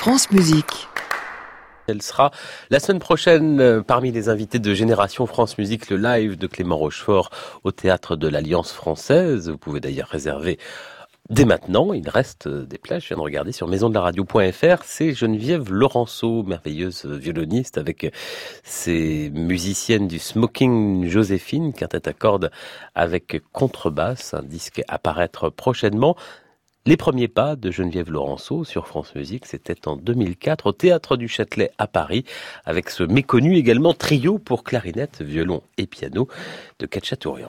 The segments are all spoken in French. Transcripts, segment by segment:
France Musique. Elle sera la semaine prochaine parmi les invités de Génération France Musique, le live de Clément Rochefort au Théâtre de l'Alliance Française. Vous pouvez d'ailleurs réserver dès maintenant. Il reste des places, je viens de regarder sur maisondelaradio.fr. C'est Geneviève Laurenceau, merveilleuse violoniste avec ses musiciennes du Smoking Joséphine, quintette à cordes avec contrebasse, un disque à paraître prochainement. Les premiers pas de Geneviève Laurenceau sur France Musique, c'était en 2004 au Théâtre du Châtelet à Paris, avec ce méconnu également trio pour clarinette, violon et piano de Katchatourian.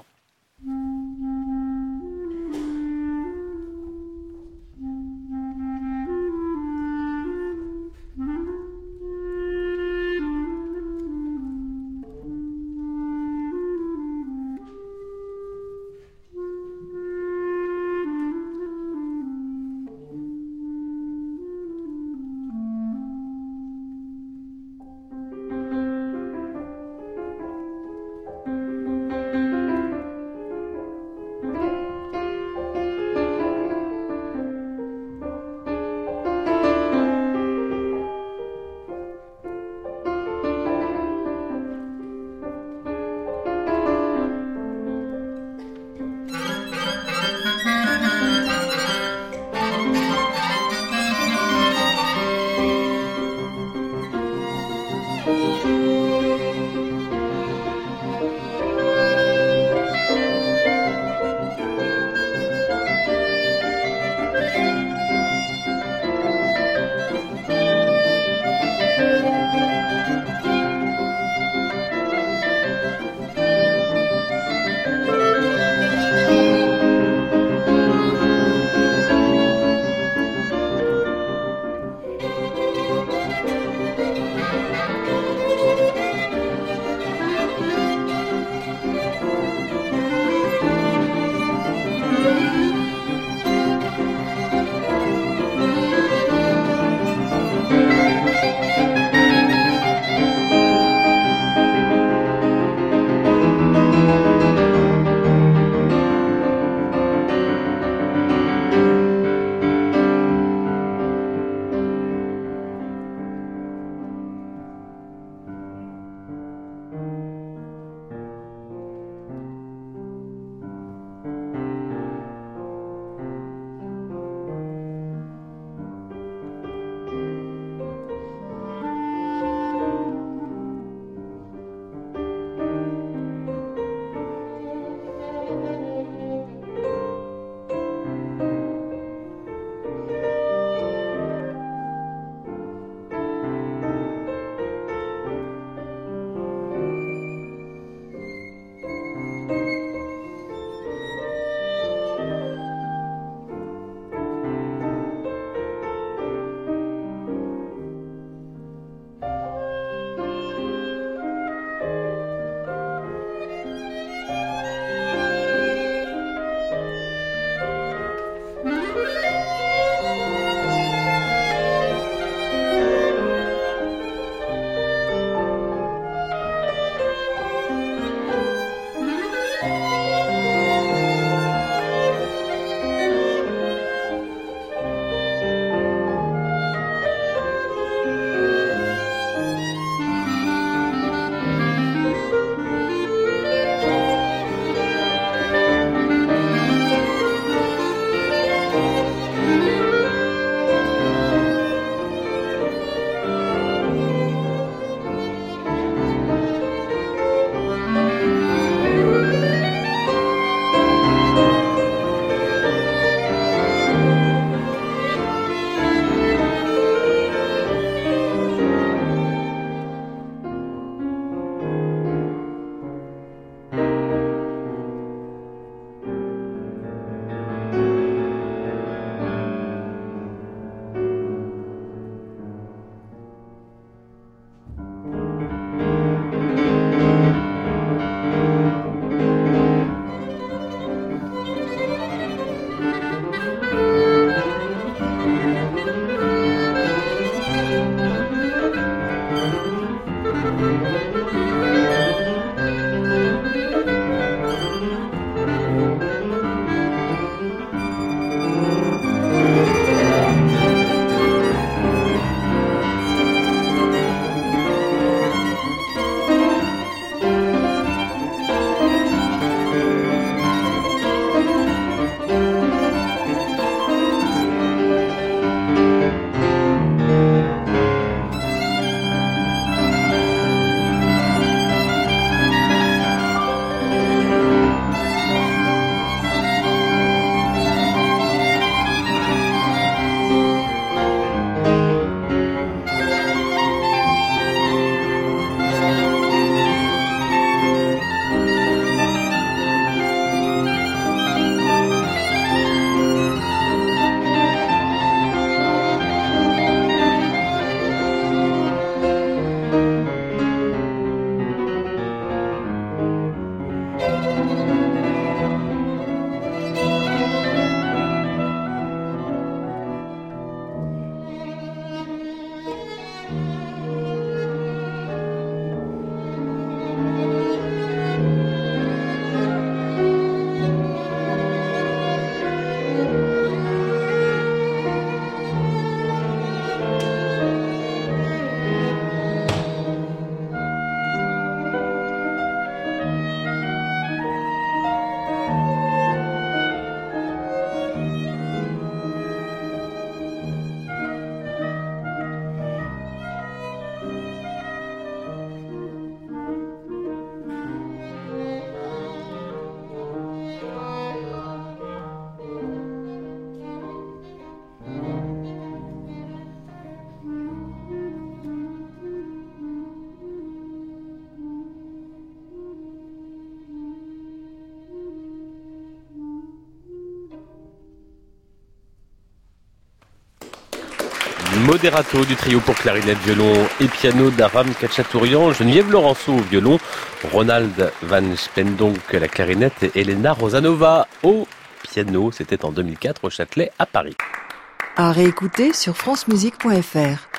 Moderato du trio pour clarinette, violon et piano d'Aram Khachaturian, Geneviève Laurenceau au violon, Ronald Van Spendonk à la clarinette et Elena Rosanova au piano. C'était en 2004 au Châtelet à Paris. À réécouter sur francemusique.fr.